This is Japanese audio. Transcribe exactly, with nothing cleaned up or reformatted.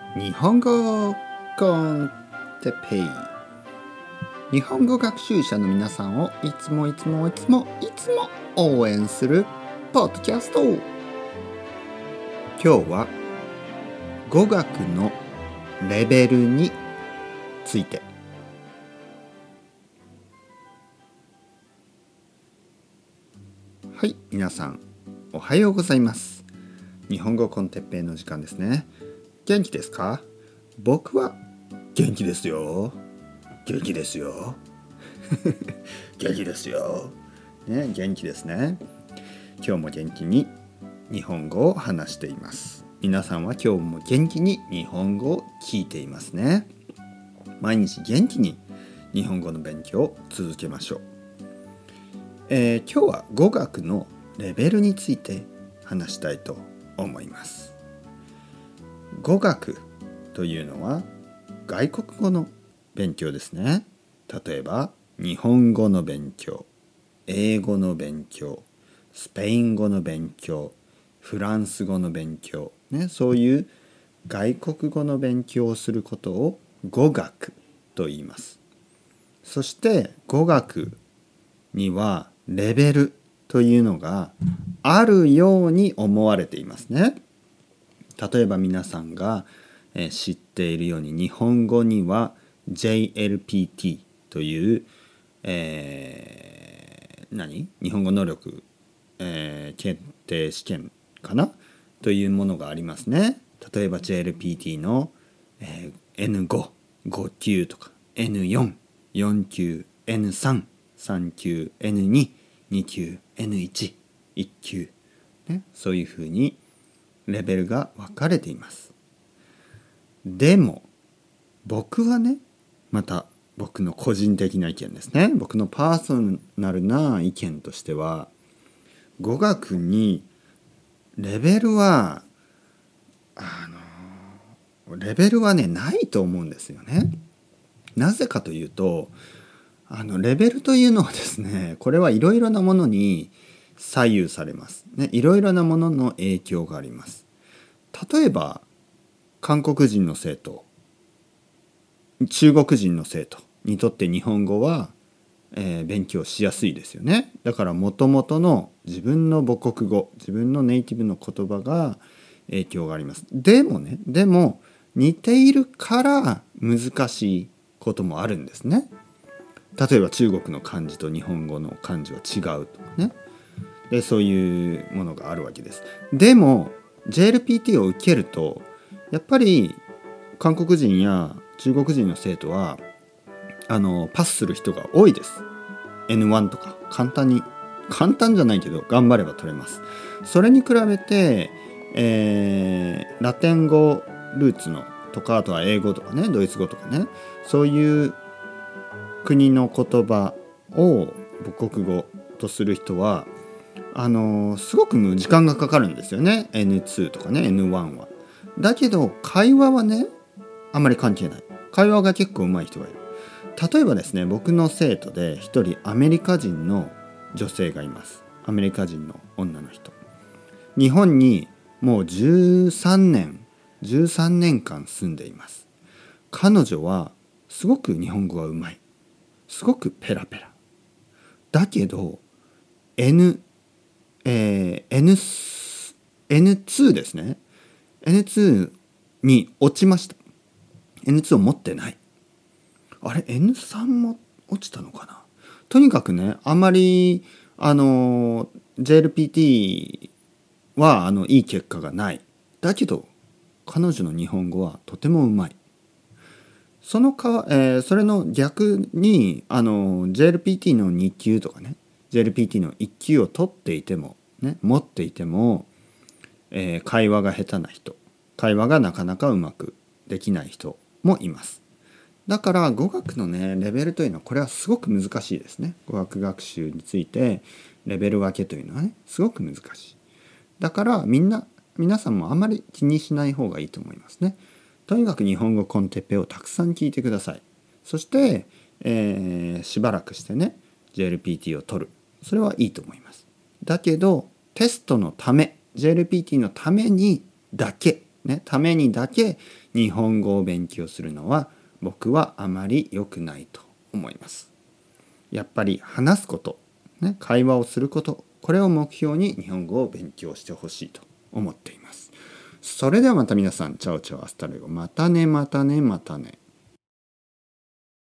日本語コンテペイ。日本語学習者の皆さんをいつもいつもいつもいつも応援するポッドキャスト。今日は語学のレベルについて。はい、皆さんおはようございます。日本語コンテッペイの時間ですね。元気ですか？僕は元気ですよ。元気ですよ。元気ですよ。ね、元気ですね。今日も元気に日本語を話しています。皆さんは今日も元気に日本語を聞いていますね。毎日元気に日本語の勉強を続けましょう。えー、今日は語学のレベルについて話したいと思います。語学というのは外国語の勉強ですね。例えば日本語の勉強、英語の勉強、スペイン語の勉強、フランス語の勉強、ね、そういう外国語の勉強をすることを語学と言います。そして語学にはレベルというのがあるように思われていますね。例えば皆さんが知っているように日本語には ジェイエルピーティー という、えー、何日本語能力、えー、検定試験かなというものがありますね。例えば ジェイエルピーティー の、えー、エヌファイブ、ご級とか エヌフォー、よん級、エヌスリー、さん級、エヌツー、に級、エヌワン、いち級、ね、そういうふうにレベルが分かれています。でも僕はね、また僕の個人的な意見ですね。僕のパーソナルな意見としては、語学にレベルはあのレベルはねないと思うんですよね。なぜかというと、あのレベルというのはですね、これはいろいろなものに左右されますね。いろいろなものの影響があります。例えば韓国人の生徒、中国人の生徒にとって日本語は、えー、勉強しやすいですよね。だからもともとの自分の母国語、自分のネイティブの言葉が影響があります。でもね、でも似ているから難しいこともあるんですね。例えば中国の漢字と日本語の漢字は違うとかね。で、そういうものがあるわけです。でも ジェイエルピーティー を受けるとやっぱり韓国人や中国人の生徒はあのパスする人が多いです。 エヌワン とか簡単に簡単じゃないけど頑張れば取れます。それに比べて、えー、ラテン語ルーツのとか、あとは英語とかね、ドイツ語とかね、そういう国の言葉を母国語とする人はあのすごく時間がかかるんですよね。 エヌツー とかね エヌワン は。だけど会話はねあんまり関係ない。会話が結構上手い人がいる。例えばですね、僕の生徒で一人アメリカ人の女性がいます。アメリカ人の女の人。日本にもうじゅうさんねんじゅうさんねんかん住んでいます。彼女はすごく日本語が上手い。すごくペラペラ。だけど N、えー、N、エヌツー ですね。エヌツー に落ちました。エヌツー を持ってない。あれ エヌスリー も落ちたのかな。とにかくね、あんまりあの ジェイエルピーティー はあのいい結果がない。だけど彼女の日本語はとてもうまい。そのか、えー、それの逆にあの ジェイエルピーティー のに級とかね、 ジェイエルピーティー のいち級を取っていてもね、持っていても、えー、会話が下手な人、会話がなかなかうまくできない人もいます。だから語学のねレベルというのはこれはすごく難しいですね。語学学習についてレベル分けというのはねすごく難しい。だからみんな皆さんもあまり気にしない方がいいと思いますね。とにかく日本語コンテッペをたくさん聞いてください。そして、えー、しばらくしてね ジェイエルピーティー を取る。それはいいと思います。だけどテストのため ジェイエルピーティー のためにだけね、ためにだけ日本語を勉強するのは僕はあまり良くないと思います。やっぱり話すこと、ね、会話をすること、これを目標に日本語を勉強してほしいと思っています。それではまた皆さん、チャオチャオアスタレゴ。またねまたねまたね。